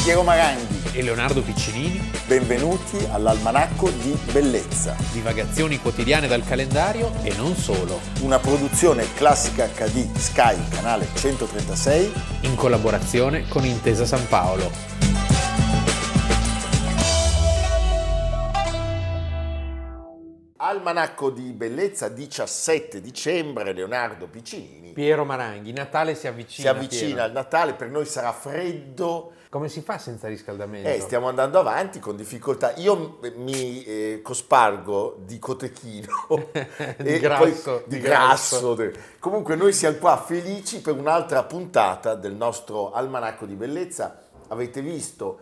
Piero Maranghi e Leonardo Piccinini. Benvenuti all'Almanacco di Bellezza. Divagazioni quotidiane dal calendario e non solo. Una produzione Classica HD Sky, canale 136. In collaborazione con Intesa San Paolo. Almanacco di Bellezza, 17 dicembre, Leonardo Piccinini. Piero Maranghi, Natale si avvicina. Si avvicina al Natale, per noi sarà freddo. Come si fa senza riscaldamento? Stiamo andando avanti con difficoltà. Io mi cospargo di cotechino di grasso. Di grasso. Comunque noi siamo qua felici per un'altra puntata del nostro Almanacco di Bellezza. Avete visto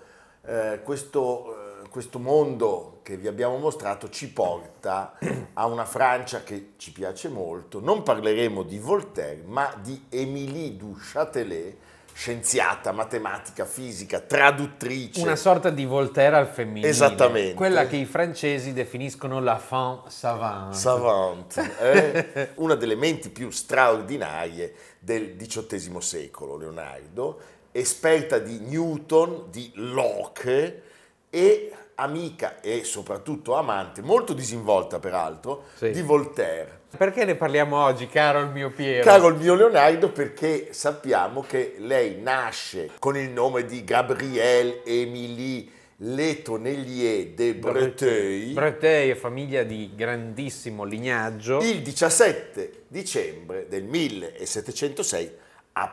questo mondo che vi abbiamo mostrato ci porta a una Francia che ci piace molto. Non parleremo di Voltaire, ma di Émilie du Châtelet, scienziata, matematica, fisica, traduttrice. Una sorta di Voltaire al femminile. Esattamente. Quella che i francesi definiscono la femme savante. Savante. Una delle menti più straordinarie del XVIII secolo, Leonardo, esperta di Newton, di Locke e amica e soprattutto amante, molto disinvolta peraltro, sì, di Voltaire. Perché ne parliamo oggi, caro il mio Piero? Caro il mio Leonardo, perché sappiamo che lei nasce con il nome di Gabrielle Émilie Le Tonnelier de Breteuil. Breteuil è famiglia di grandissimo lignaggio. Il 17 dicembre del 1706 a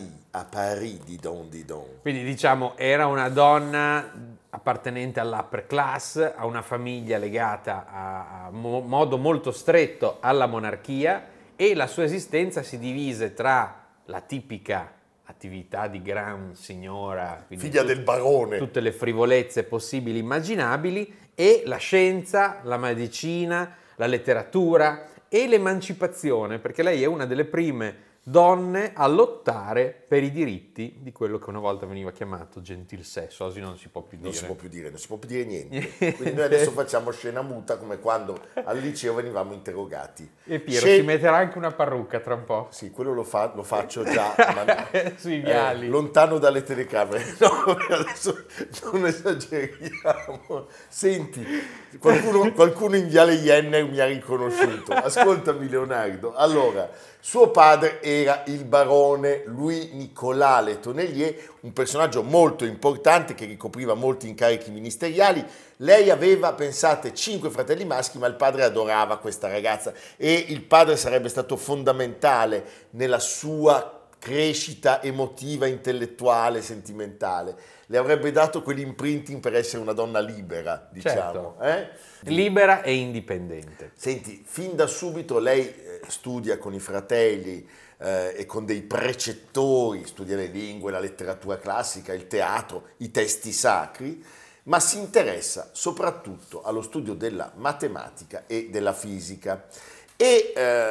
Paris di Don. Quindi diciamo era una donna appartenente all'upper class, a una famiglia legata a modo molto stretto alla monarchia, e la sua esistenza si divise tra la tipica attività di gran signora, figlia del barone, tutte le frivolezze possibili e immaginabili, e la scienza, la medicina, la letteratura e l'emancipazione, perché lei è una delle prime donne a lottare per i diritti di quello che una volta veniva chiamato gentil sesso. Oggi non si può più dire. Non si può più dire niente. Quindi noi adesso facciamo scena muta come quando al liceo venivamo interrogati. E Piero si metterà anche una parrucca tra un po'. Sì, quello lo faccio già sui viali. Lontano dalle telecamere. No, adesso non esageriamo. Senti, qualcuno in Viale Jenner mi ha riconosciuto. Ascoltami Leonardo. Allora, suo padre era il barone Louis-Nicolas Le Tonnelier, un personaggio molto importante che ricopriva molti incarichi ministeriali. Lei aveva, pensate, 5 fratelli maschi, ma il padre adorava questa ragazza e il padre sarebbe stato fondamentale nella sua crescita emotiva, intellettuale, sentimentale. Le avrebbe dato quell'imprinting per essere una donna libera, diciamo. Certo. Libera e indipendente. Senti, fin da subito lei studia con i fratelli e con dei precettori, studia le lingue, la letteratura classica, il teatro, i testi sacri, ma si interessa soprattutto allo studio della matematica e della fisica e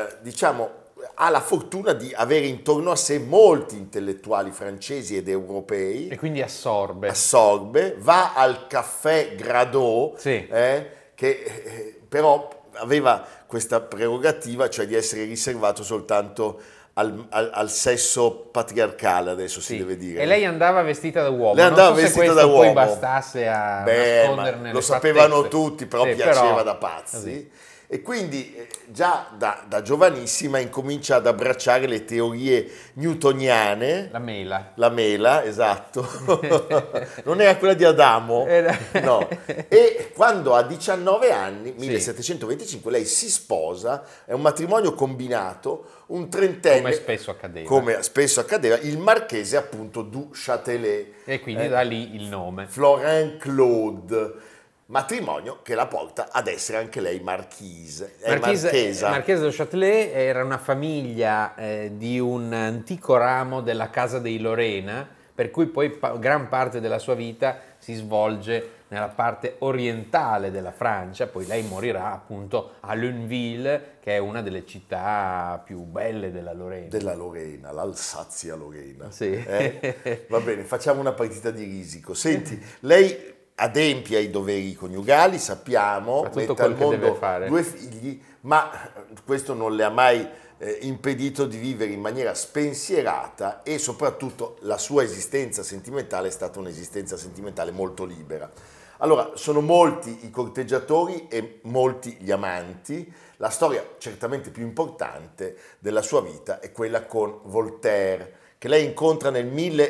ha la fortuna di avere intorno a sé molti intellettuali francesi ed europei. E quindi assorbe, va al caffè Gradot, sì, che però aveva questa prerogativa, cioè di essere riservato soltanto al sesso patriarcale, adesso sì, si deve dire. E lei andava vestita da uomo. Lei andava vestita da uomo. Poi bastasse a nasconderne lo sapevano fattezze. tutti, però sì, piaceva da pazzi. Così. E quindi già da giovanissima incomincia ad abbracciare le teorie newtoniane. La mela, esatto. Non era quella di Adamo? No. E quando ha 19 anni, 1725, lei si sposa, è un matrimonio combinato, un trentenne. Come spesso accadeva. Il marchese appunto du Châtelet. E quindi da lì il nome. Florent Claude. Matrimonio che la porta ad essere anche lei marchesa. Marchesa dello Châtelet era una famiglia di un antico ramo della casa dei Lorena, per cui poi gran parte della sua vita si svolge nella parte orientale della Francia. Poi lei morirà appunto a Lunéville, che è una delle città più belle della Lorena. L'Alsazia Lorena. Sì. Va bene, facciamo una partita di risico. Senti, lei adempie ai doveri coniugali, sappiamo, mette al mondo 2 figli, ma questo non le ha mai impedito di vivere in maniera spensierata e soprattutto la sua esistenza sentimentale è stata un'esistenza sentimentale molto libera. Allora, sono molti i corteggiatori e molti gli amanti. La storia certamente più importante della sua vita è quella con Voltaire, che lei incontra nel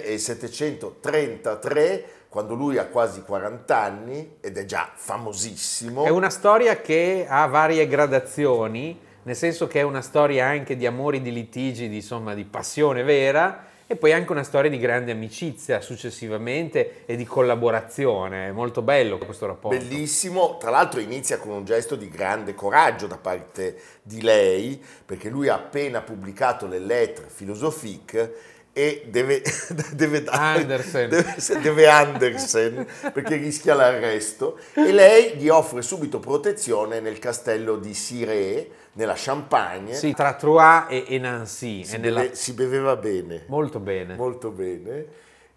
1733, quando lui ha quasi 40 anni ed è già famosissimo. È una storia che ha varie gradazioni, nel senso che è una storia anche di amori, di litigi, insomma, di passione vera, e poi anche una storia di grande amicizia successivamente e di collaborazione. È molto bello questo rapporto. Bellissimo, tra l'altro inizia con un gesto di grande coraggio da parte di lei, perché lui ha appena pubblicato le Lettres philosophiques e deve Andersen perché rischia l'arresto, e lei gli offre subito protezione nel castello di Cirey, nella Champagne. Sì, tra Troyes e Nancy. Si beveva bene. Molto bene. Molto bene.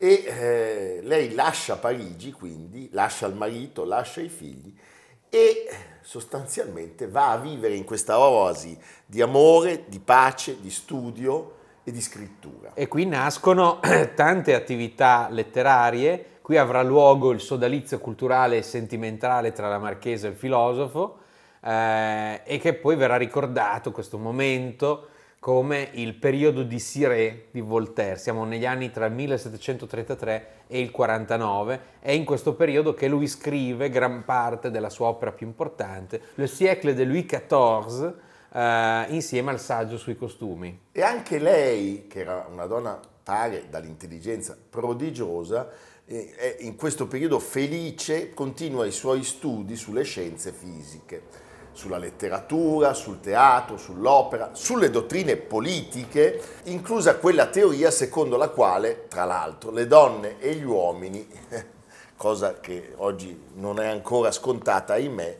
E lei lascia Parigi, quindi lascia il marito, lascia i figli e sostanzialmente va a vivere in questa oasi di amore, di pace, di studio e di scrittura. E qui nascono tante attività letterarie. Qui avrà luogo il sodalizio culturale e sentimentale tra la marchesa e il filosofo, e che poi verrà ricordato questo momento come il periodo di Cirey di Voltaire. Siamo negli anni tra il 1733 e il 49. È in questo periodo che lui scrive gran parte della sua opera più importante, Le siècle de Louis XIV, insieme al saggio sui costumi. E anche lei, che era una donna pare dall'intelligenza prodigiosa, è in questo periodo felice, continua i suoi studi sulle scienze fisiche, sulla letteratura, sul teatro, sull'opera, sulle dottrine politiche, inclusa quella teoria secondo la quale, tra l'altro, le donne e gli uomini, cosa che oggi non è ancora scontata, ahimè,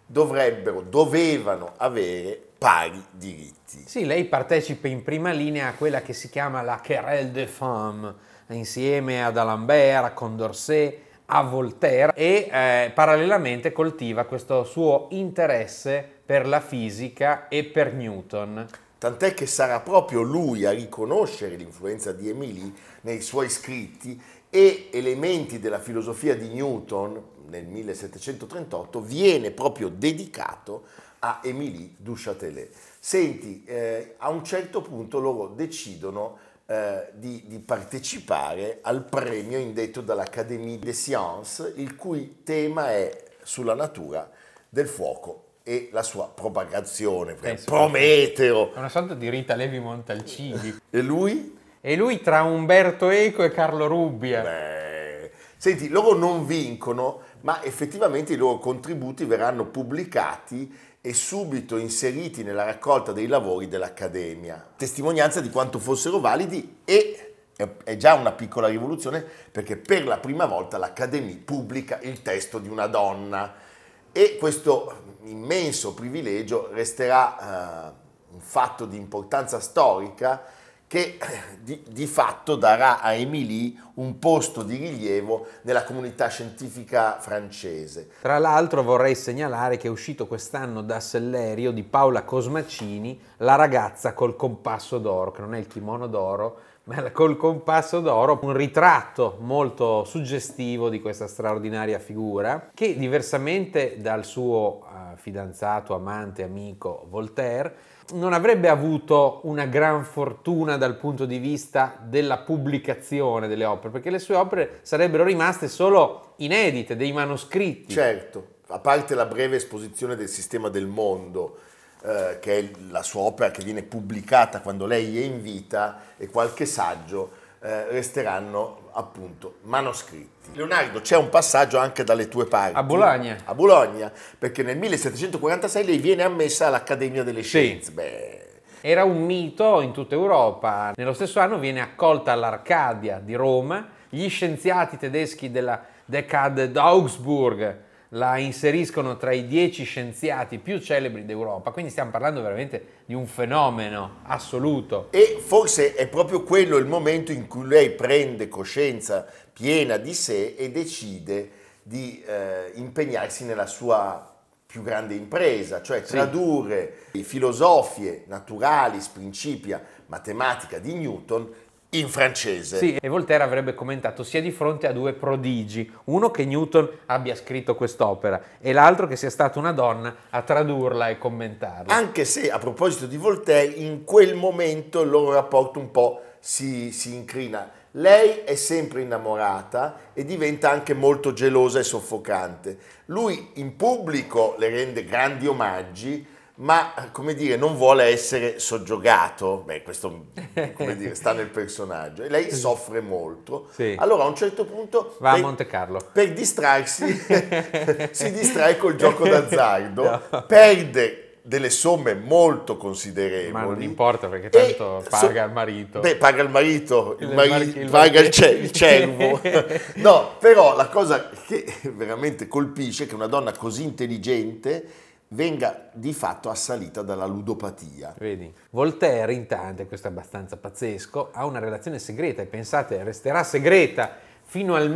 dovevano avere pari diritti. Sì, lei partecipa in prima linea a quella che si chiama la Querelle des Femmes, insieme ad D'Alembert, a Condorcet, a Voltaire, e parallelamente coltiva questo suo interesse per la fisica e per Newton. Tant'è che sarà proprio lui a riconoscere l'influenza di Émilie nei suoi scritti, e elementi della filosofia di Newton nel 1738 viene proprio dedicato a Émilie du Châtelet. Senti, a un certo punto loro decidono di partecipare al premio indetto dall'Académie des Sciences, il cui tema è sulla natura del fuoco e la sua propagazione. Prometeo! È una sorta di Rita Levi Montalcini. E lui? E lui tra Umberto Eco e Carlo Rubbia. Senti, loro non vincono, ma effettivamente i loro contributi verranno pubblicati e subito inseriti nella raccolta dei lavori dell'Accademia. Testimonianza di quanto fossero validi, e è già una piccola rivoluzione, perché per la prima volta l'Accademia pubblica il testo di una donna, e questo immenso privilegio resterà un fatto di importanza storica che di fatto darà a Émilie un posto di rilievo nella comunità scientifica francese. Tra l'altro vorrei segnalare che è uscito quest'anno da Sellerio di Paola Cosmacini La ragazza col compasso d'oro, che non è il kimono d'oro, ma col compasso d'oro, un ritratto molto suggestivo di questa straordinaria figura, che diversamente dal suo fidanzato, amante, amico Voltaire, non avrebbe avuto una gran fortuna dal punto di vista della pubblicazione delle opere, perché le sue opere sarebbero rimaste solo inedite, dei manoscritti. Certo, a parte la breve esposizione del Sistema del Mondo, che è la sua opera che viene pubblicata quando lei è in vita, e qualche saggio, resteranno appunto manoscritti. Leonardo, c'è un passaggio anche dalle tue parti. A Bologna. A Bologna, perché nel 1746 lei viene ammessa all'Accademia delle Scienze. Sì. Era un mito in tutta Europa. Nello stesso anno viene accolta all'Arcadia di Roma. Gli scienziati tedeschi della Decade d'Augsburg la inseriscono tra i 10 scienziati più celebri d'Europa, quindi stiamo parlando veramente di un fenomeno assoluto. E forse è proprio quello il momento in cui lei prende coscienza piena di sé e decide di impegnarsi nella sua più grande impresa, cioè tradurre le filosofie naturalis principia matematica di Newton in francese. Sì, e Voltaire avrebbe commentato: sia di fronte a due prodigi, uno che Newton abbia scritto quest'opera e l'altro che sia stata una donna a tradurla e commentarla. Anche se, a proposito di Voltaire, in quel momento il loro rapporto un po' si incrina. Lei è sempre innamorata e diventa anche molto gelosa e soffocante. Lui in pubblico le rende grandi omaggi, ma, come dire, non vuole essere soggiogato. Beh, questo, come dire, sta nel personaggio. E lei soffre molto. Sì. Allora, a un certo punto, Va a Monte Carlo. per distrarsi, si distrae col gioco d'azzardo, perde delle somme molto considerevoli. Ma non importa, perché tanto paga il marito. Beh, paga il marito, paga il cervo. No, però la cosa che veramente colpisce è che una donna così intelligente venga di fatto assalita dalla ludopatia. Vedi, Voltaire intanto, e questo è abbastanza pazzesco, ha una relazione segreta, e pensate, resterà segreta fino al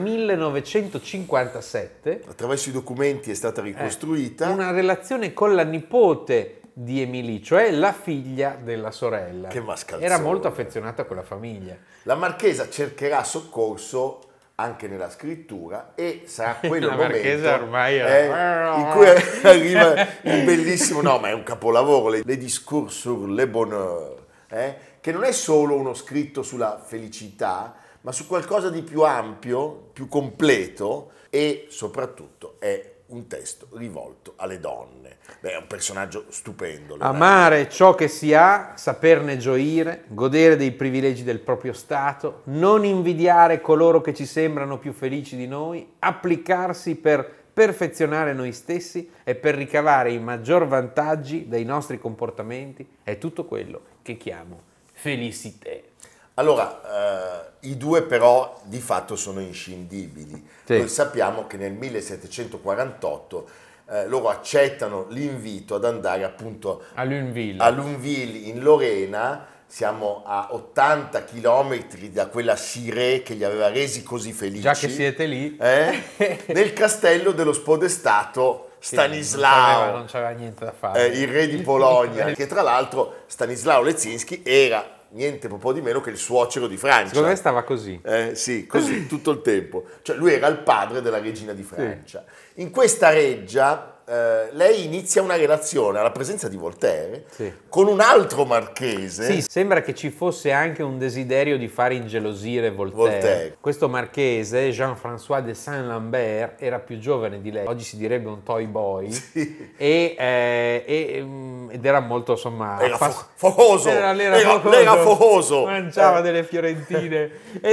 1957. Attraverso i documenti è stata ricostruita. Una relazione con la nipote di Émilie, cioè la figlia della sorella. Che mascalzone. Era molto affezionata a quella famiglia. La marchesa cercherà soccorso anche nella scrittura e sarà quello il La momento marchesa ormai in cui arriva il bellissimo, no, ma è un capolavoro, les discours sur le bonheur, che non è solo uno scritto sulla felicità, ma su qualcosa di più ampio, più completo, e soprattutto è un testo rivolto alle donne. Beh, è un personaggio stupendo. Amare ciò che si ha, saperne gioire, godere dei privilegi del proprio stato, non invidiare coloro che ci sembrano più felici di noi, applicarsi per perfezionare noi stessi e per ricavare i maggior vantaggi dai nostri comportamenti, è tutto quello che chiamo felicité. Allora, i due però di fatto sono inscindibili. Sì. Noi sappiamo che nel 1748 loro accettano l'invito ad andare appunto A Luneville. a Luneville in Lorena. Siamo a 80 chilometri da quella Cirè che li aveva resi così felici. Già che siete lì. Nel castello dello spodestato Stanislao, non c'aveva niente da fare. il re di Polonia, che tra l'altro Stanislao Leszczynski era niente po' di meno che il suocero di Francia. Secondo me stava così. Sì, così tutto il tempo. Cioè lui era il padre della regina di Francia. In questa reggia lei inizia una relazione alla presenza di Voltaire con un altro marchese. Sì, sembra che ci fosse anche un desiderio di far ingelosire Voltaire. Questo marchese, Jean-François de Saint-Lambert, era più giovane di lei, oggi si direbbe un toy boy, ed era molto, insomma... Era focoso! Era focoso! Mangiava delle fiorentine.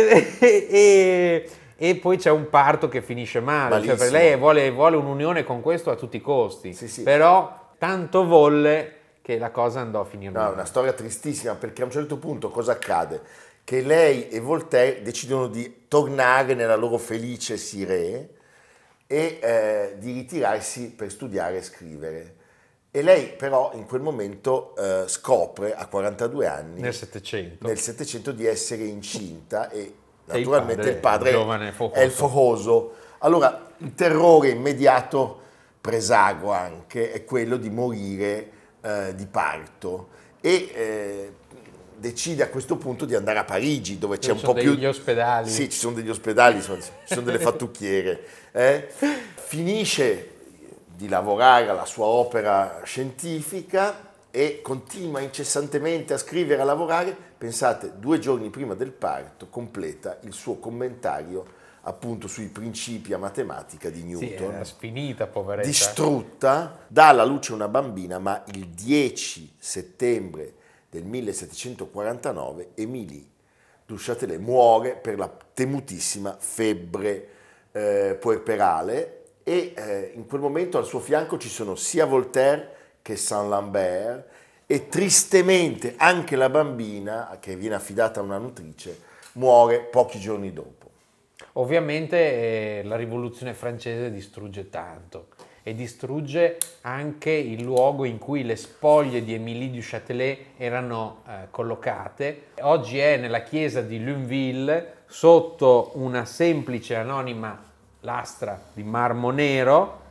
E poi c'è un parto che finisce male, cioè per lei vuole un'unione con questo a tutti i costi, però tanto volle che la cosa andò a finire male. È una storia tristissima, perché a un certo punto cosa accade? Che lei e Voltaire decidono di tornare nella loro felice Cirè e di ritirarsi per studiare e scrivere. E lei però in quel momento scopre a 42 anni, nel Settecento, di essere incinta e naturalmente il padre è il focoso. Allora il terrore immediato, presago anche, è quello di morire di parto e decide a questo punto di andare a Parigi, dove c'è un po' più degli ospedali. Sì, ci sono degli ospedali, ci sono delle fattucchiere. Finisce di lavorare alla sua opera scientifica e continua incessantemente a scrivere, a lavorare. Pensate, 2 giorni prima del parto completa il suo commentario appunto sui principi a matematica di Newton. Sì, era sfinita, poveretta. Distrutta, dà alla luce una bambina, ma il 10 settembre del 1749 Émilie du Châtelet muore per la temutissima febbre puerperale e in quel momento al suo fianco ci sono sia Voltaire che Saint-Lambert e tristemente anche la bambina, che viene affidata a una nutrice, muore pochi giorni dopo. Ovviamente la rivoluzione francese distrugge tanto e distrugge anche il luogo in cui le spoglie di Émilie du Châtelet erano collocate. Oggi è nella chiesa di Luneville sotto una semplice anonima lastra di marmo nero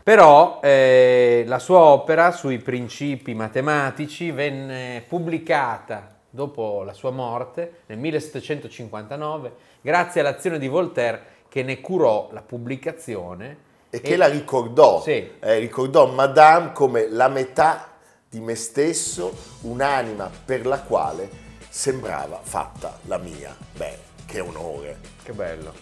Però la sua opera sui principi matematici venne pubblicata dopo la sua morte nel 1759 grazie all'azione di Voltaire che ne curò la pubblicazione E che la ricordò, Sì. ricordò Madame come la metà di me stesso, un'anima per la quale sembrava fatta la mia. Beh, che onore. Che bello.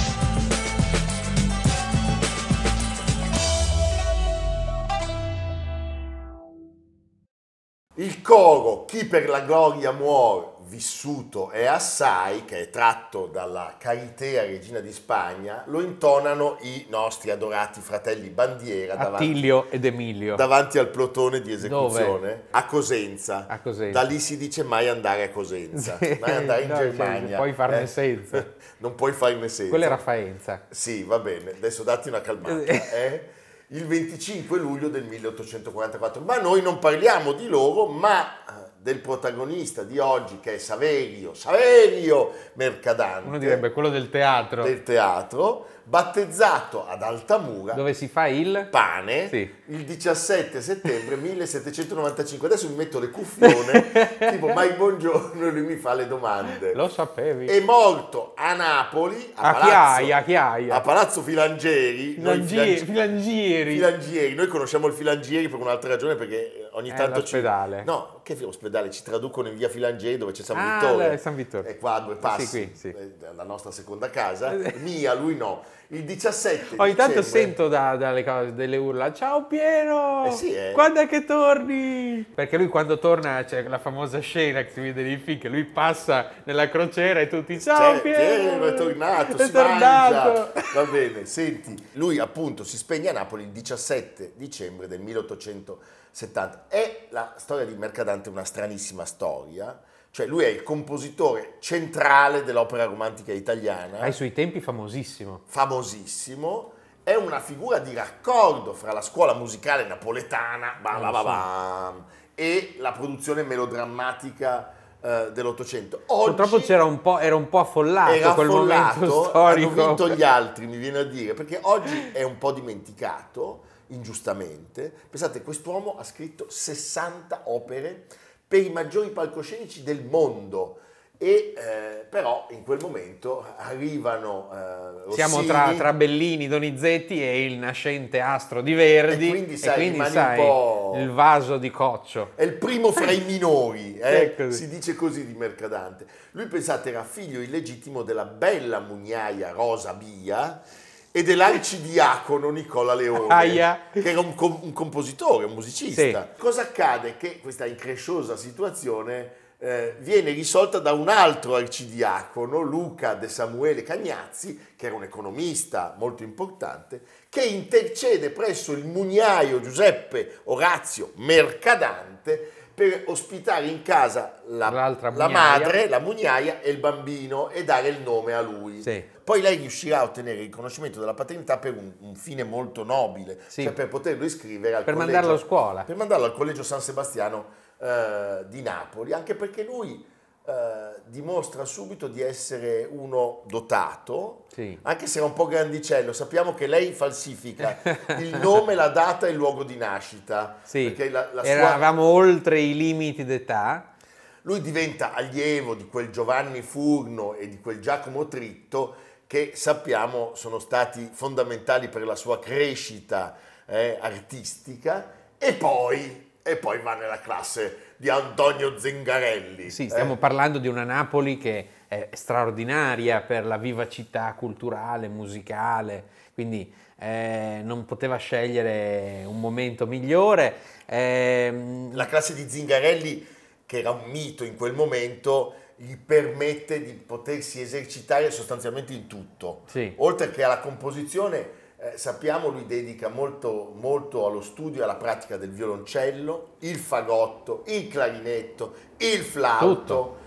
Il coro Chi per la gloria muor, vissuto è assai, che è tratto dalla Caritea Regina di Spagna, lo intonano i nostri adorati fratelli Bandiera Attilio ed Emilio. davanti al plotone di esecuzione. Dove? A Cosenza. A Cosenza. Da lì si dice mai andare a Cosenza, mai andare in No, cioè, Germania. puoi farne senza. Non puoi farne senza. Quella era Faenza. Sì, va bene, adesso datti una calmata. Il 25 luglio del 1844. Ma noi non parliamo di loro, ma del protagonista di oggi, che è Saverio Mercadante. Uno direbbe quello del teatro. Del teatro, battezzato ad Altamura, Dove si fa il pane, Sì. il 17 settembre 1795. Adesso mi metto le cuffione, tipo Mike Buongiorno, e lui mi fa le domande. Lo sapevi? È morto a Napoli, A Chiaia. a Palazzo Filangieri. Filangieri. Noi conosciamo il Filangieri per un'altra ragione, perché ogni tanto l'ospedale. No, che ospedale? Ci traducono in via Filangieri, dove c'è San Ah, Vittore. San Vittore. È qua a due passi, Sì, qui, sì. la nostra seconda casa. Mia, lui no. Il 17 Ogni tanto dicembre- sento dalle cose, delle urla: ciao Piero! Sì, Quando è che torni? Perché lui quando torna c'è la famosa scena che si vede nei film, che lui passa nella crociera e tutti: ciao Piero! È tornato, È si tornato! mangia. Va bene, senti, lui appunto si spegne a Napoli il 17 dicembre del 1870. È la storia di Mercadante una stranissima storia. Cioè lui è il compositore centrale dell'opera romantica italiana. Ai suoi tempi famosissimo. Famosissimo, è una figura di raccordo fra la scuola musicale napoletana e la produzione melodrammatica dell'Ottocento. Oggi Purtroppo era un po' affollato era quel momento affollato, storico. hanno vinto gli altri, mi viene a dire, perché oggi è un po' dimenticato, ingiustamente. Pensate, quest'uomo ha scritto 60 opere per i maggiori palcoscenici del mondo. E però in quel momento arrivano Rossini, Siamo tra Bellini, Donizetti e il nascente astro di Verdi, e quindi sai, sai, un po'... il vaso di Coccio. È il primo fra i minori, È così. si dice così di Mercadante. Lui, pensate, era figlio illegittimo della bella mugnaia Rosa Bia e dell'arcidiacono Nicola Leone, Aia. che era un compositore, un musicista. Sì. Cosa accade? Che questa incresciosa situazione viene risolta da un altro arcidiacono, Luca de Samuele Cagnazzi, che era un economista molto importante, che intercede presso il mugnaio Giuseppe Orazio Mercadante per ospitare in casa la madre, la mugnaia e il bambino, e dare il nome a lui. Sì. Poi lei riuscirà a ottenere il riconoscimento della paternità per un fine molto nobile, Sì. cioè per poterlo iscrivere al Per collegio, mandarlo a scuola. per mandarlo al collegio San Sebastiano di Napoli, anche perché lui dimostra subito di essere uno dotato, Sì. anche se era un po' grandicello. Sappiamo che lei falsifica il nome, la data e il luogo di nascita. Sì, Perché eravamo oltre i limiti d'età. Lui diventa allievo di quel Giovanni Furno e di quel Giacomo Tritto, che sappiamo sono stati fondamentali per la sua crescita artistica, e poi va nella classe di Antonio Zingarelli. Sì, stiamo parlando di una Napoli che è straordinaria per la vivacità culturale, musicale, quindi non poteva scegliere un momento migliore. La classe di Zingarelli, che era un mito in quel momento, gli permette di potersi esercitare sostanzialmente in tutto. Sì. Oltre che alla composizione, sappiamo, lui dedica molto, molto allo studio e alla pratica del violoncello, il fagotto, il clarinetto, il flauto,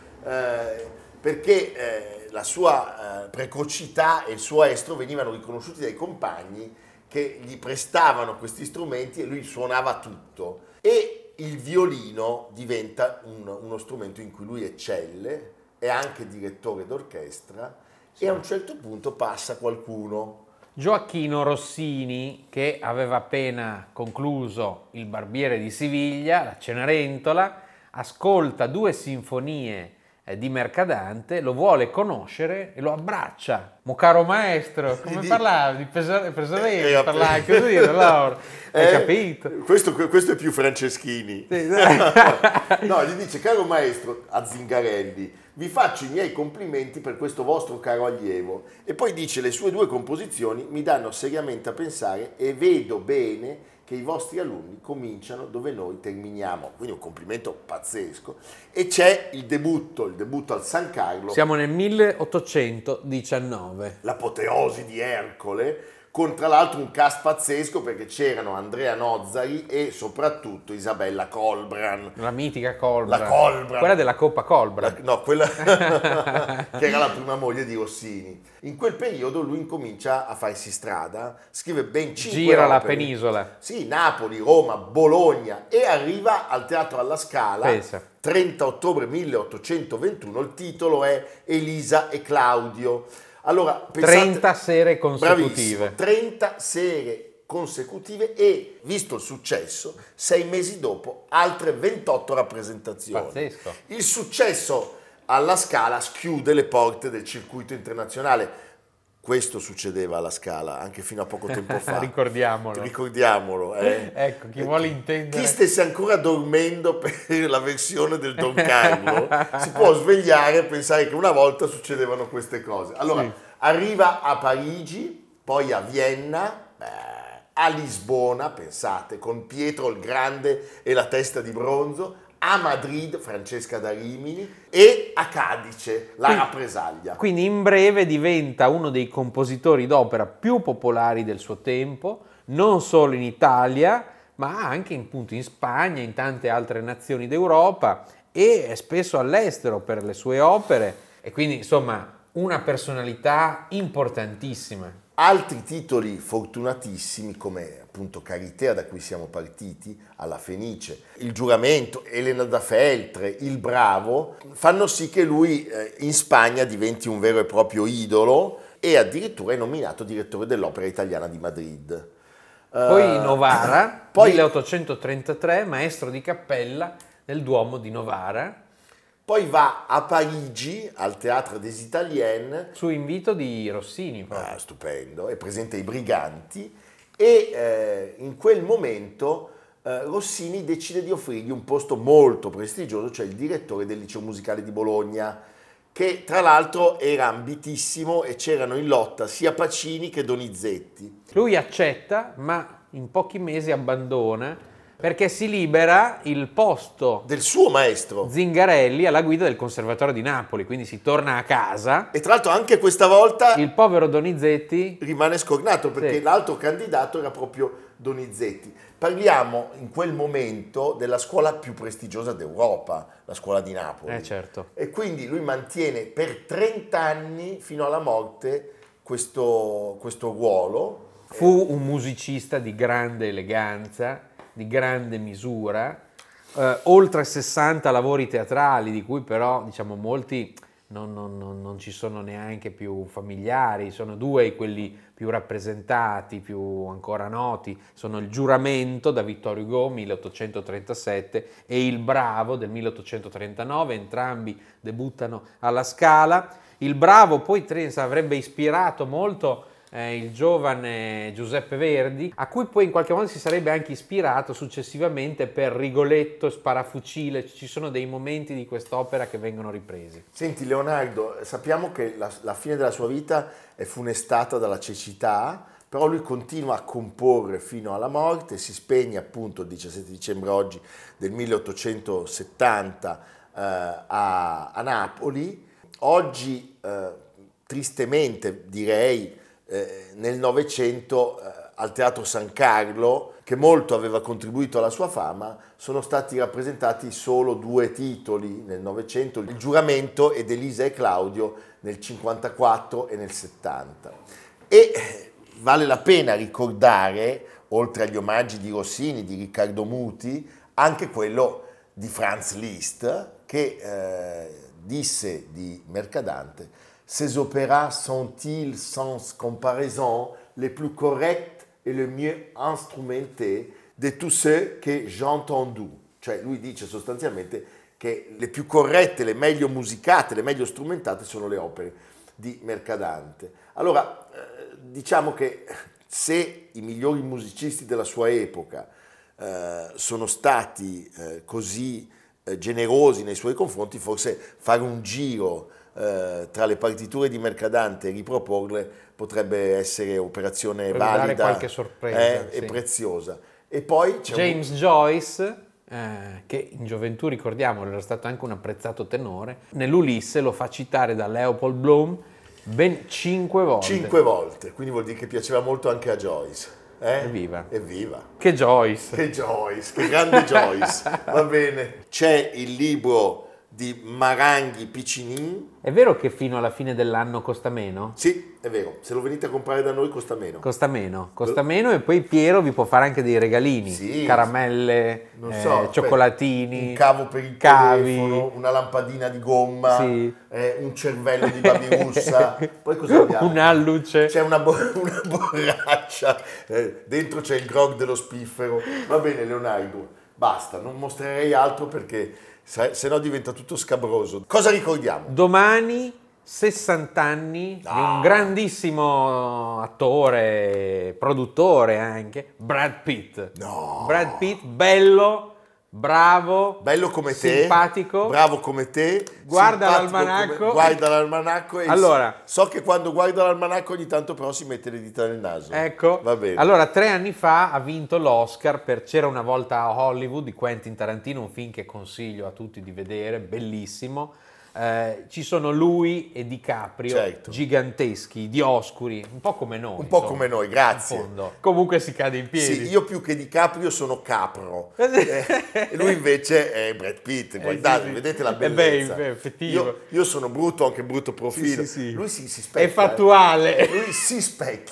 perché la sua precocità e il suo estro venivano riconosciuti dai compagni, che gli prestavano questi strumenti, e lui suonava tutto. E il violino diventa uno strumento in cui lui eccelle, è anche direttore d'orchestra, e a un certo punto passa qualcuno. Gioacchino Rossini, che aveva appena concluso Il Barbiere di Siviglia, la Cenerentola, ascolta 2 sinfonie di Mercadante, lo vuole conoscere e lo abbraccia. Mo caro maestro, come parlavi di Pesolini, parlavi così, Laura. Hai capito? Questo è più Franceschini. Sì. No, gli dice: caro maestro, a Zingarelli, vi faccio i miei complimenti per questo vostro caro allievo. E poi dice: le sue 2 composizioni mi danno seriamente a pensare e vedo bene che i vostri alunni cominciano dove noi terminiamo. Quindi un complimento pazzesco. E c'è il debutto al San Carlo. Siamo nel 1819. L'apoteosi di Ercole, con tra l'altro un cast pazzesco, perché c'erano Andrea Nozzari e soprattutto Isabella Colbran. La mitica Colbran. La Colbran. Quella della Coppa Colbran. No, quella che era la prima moglie di Rossini. In quel periodo lui incomincia a farsi strada, scrive ben 5 Gira opere. la penisola. Sì, Napoli, Roma, Bologna, e arriva al Teatro alla Scala. Pensa. 30 ottobre 1821, il titolo è Elisa e Claudio. Allora, pensate, 30 sere consecutive. bravissimo, 30 sere consecutive e, visto il successo, 6 mesi dopo altre 28 rappresentazioni. Pazzesco. Il successo alla Scala schiude le porte del circuito internazionale. Questo succedeva alla Scala anche fino a poco tempo fa. Ricordiamolo. Ecco, chi vuole intendere. Chi stesse ancora dormendo per la versione del Don Carlo si può svegliare e pensare che una volta succedevano queste cose. Allora, sì. Arriva a Parigi, poi a Vienna, a Lisbona, pensate, con Pietro il Grande e la testa di bronzo, a Madrid, Francesca da Rimini, e a Cadice, la rappresaglia. Quindi in breve diventa uno dei compositori d'opera più popolari del suo tempo, non solo in Italia, ma anche appunto in Spagna, in tante altre nazioni d'Europa, e spesso all'estero per le sue opere, e quindi insomma una personalità importantissima. Altri titoli fortunatissimi, come appunto Caritea, da cui siamo partiti, alla Fenice, Il Giuramento, Elena da Feltre, Il Bravo, fanno sì che lui in Spagna diventi un vero e proprio idolo, e addirittura è nominato direttore dell'Opera Italiana di Madrid. Poi Novara, 1833, maestro di cappella del Duomo di Novara. Poi va a Parigi, al Théâtre des Italiens. Su invito di Rossini. Stupendo, è presente ai Briganti, e in quel momento Rossini decide di offrirgli un posto molto prestigioso, cioè il direttore del Liceo Musicale di Bologna, che tra l'altro era ambitissimo e c'erano in lotta sia Pacini che Donizetti. Lui accetta, ma in pochi mesi abbandona, perché si libera il posto del suo maestro Zingarelli alla guida del Conservatorio di Napoli, quindi si torna a casa. E tra l'altro anche questa volta il povero Donizetti rimane scornato, perché sì, l'altro candidato era proprio Donizetti. Parliamo in quel momento della scuola più prestigiosa d'Europa, la scuola di Napoli. Certo. E quindi lui mantiene per 30 anni fino alla morte questo ruolo. Fu un musicista di grande eleganza, di grande misura, oltre 60 lavori teatrali, di cui però diciamo molti non ci sono neanche più familiari, sono 2 quelli più rappresentati, più ancora noti, sono Il Giuramento da Victor Hugo 1837 e Il Bravo del 1839, entrambi debuttano alla Scala. Il Bravo poi avrebbe ispirato molto il giovane Giuseppe Verdi, a cui poi in qualche modo si sarebbe anche ispirato successivamente per Rigoletto, Sparafucile. Ci sono dei momenti di quest'opera che vengono ripresi. Senti Leonardo, sappiamo che la fine della sua vita è funestata dalla cecità, però lui continua a comporre fino alla morte, si spegne appunto il 17 dicembre oggi del 1870 a Napoli. Oggi tristemente direi nel Novecento al Teatro San Carlo, che molto aveva contribuito alla sua fama, sono stati rappresentati solo 2 titoli nel Novecento, Il Giuramento ed Elisa e Claudio nel 54 e nel 70. E vale la pena ricordare, oltre agli omaggi di Rossini, di Riccardo Muti, anche quello di Franz Liszt, che disse di Mercadante: Ces opéras sont-ils sans comparaison les plus corrects et les mieux instrumentés de tous ceux que j'ai entendus. Cioè lui dice sostanzialmente che le più corrette, le meglio musicate, le meglio strumentate sono le opere di Mercadante. Allora, diciamo che se i migliori musicisti della sua epoca sono stati così generosi nei suoi confronti, forse fare un giro tra le partiture di Mercadante e riproporle potrebbe essere operazione valida, dare qualche sorpresa, e preziosa. E poi c'è James Joyce, che in gioventù, ricordiamolo, era stato anche un apprezzato tenore, nell'Ulisse lo fa citare da Leopold Bloom ben 5 volte. 5 volte, quindi vuol dire che piaceva molto anche a Joyce. Evviva. Evviva. Che Joyce. Che Joyce, che grande Joyce. Va bene. C'è il libro di Maranghi Piccinin. È vero che fino alla fine dell'anno costa meno? Sì, è vero. Se lo venite a comprare da noi costa meno. Costa meno e poi Piero vi può fare anche dei regalini, sì, caramelle, non so, cioccolatini, un cavo per il telefono, una lampadina di gomma, sì, un cervello di babirussa, poi cosa abbiamo? Un alluce. C'è una borraccia, dentro c'è il grog dello spiffero. Va bene Leonardo, basta, non mostrerei altro perché se no diventa tutto scabroso. Cosa ricordiamo? Domani 60 anni di un grandissimo attore, produttore anche, Brad Pitt. No. Brad Pitt, bello, bravo, Bello come te, simpatico, bravo come te, guarda simpatico l'almanacco. Guarda l'almanacco e allora, so che quando guarda l'almanacco ogni tanto però si mette le dita nel naso. Ecco, va bene. Allora 3 anni fa ha vinto l'Oscar per C'era una volta a Hollywood di Quentin Tarantino, un film che consiglio a tutti di vedere, bellissimo. Ci sono lui e DiCaprio, certo, giganteschi, dioscuri, un po' come noi. Un po' come noi, grazie. In fondo. Comunque si cade in piedi. Sì, io più che DiCaprio sono Capro, e lui invece è Brad Pitt, guardate, sì. vedete la bellezza. Effettivo. Io sono brutto, anche brutto profilo. Sì. Lui si specchia. È fattuale. Lui si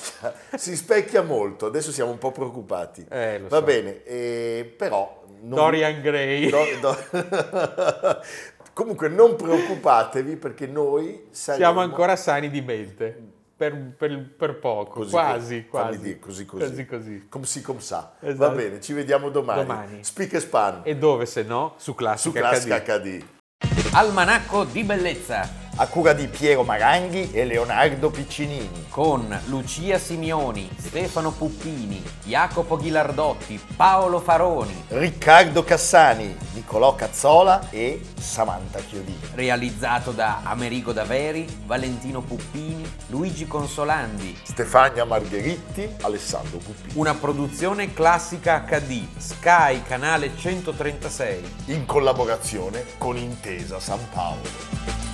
specchia molto, adesso siamo un po' preoccupati. Lo Va so. bene, però... Dorian Gray. Comunque non preoccupatevi perché noi siamo ancora sani di mente, per poco, quasi. Così. Come si come sa. Esatto. Va bene, ci vediamo domani. Speak e Span. E dove se no? Su Classica HD. Almanacco di bellezza. A cura di Piero Maranghi e Leonardo Piccinini. Con Lucia Simioni, Stefano Puppini, Jacopo Ghilardotti, Paolo Faroni. Riccardo Cassani, Nicolò Cazzola e Samantha Chiodini. Realizzato da Amerigo Daveri, Valentino Puppini, Luigi Consolandi. Stefania Margheritti, Alessandro Puppini. Una produzione Classica HD, Sky, canale 136. In collaborazione con Intesa San Paolo.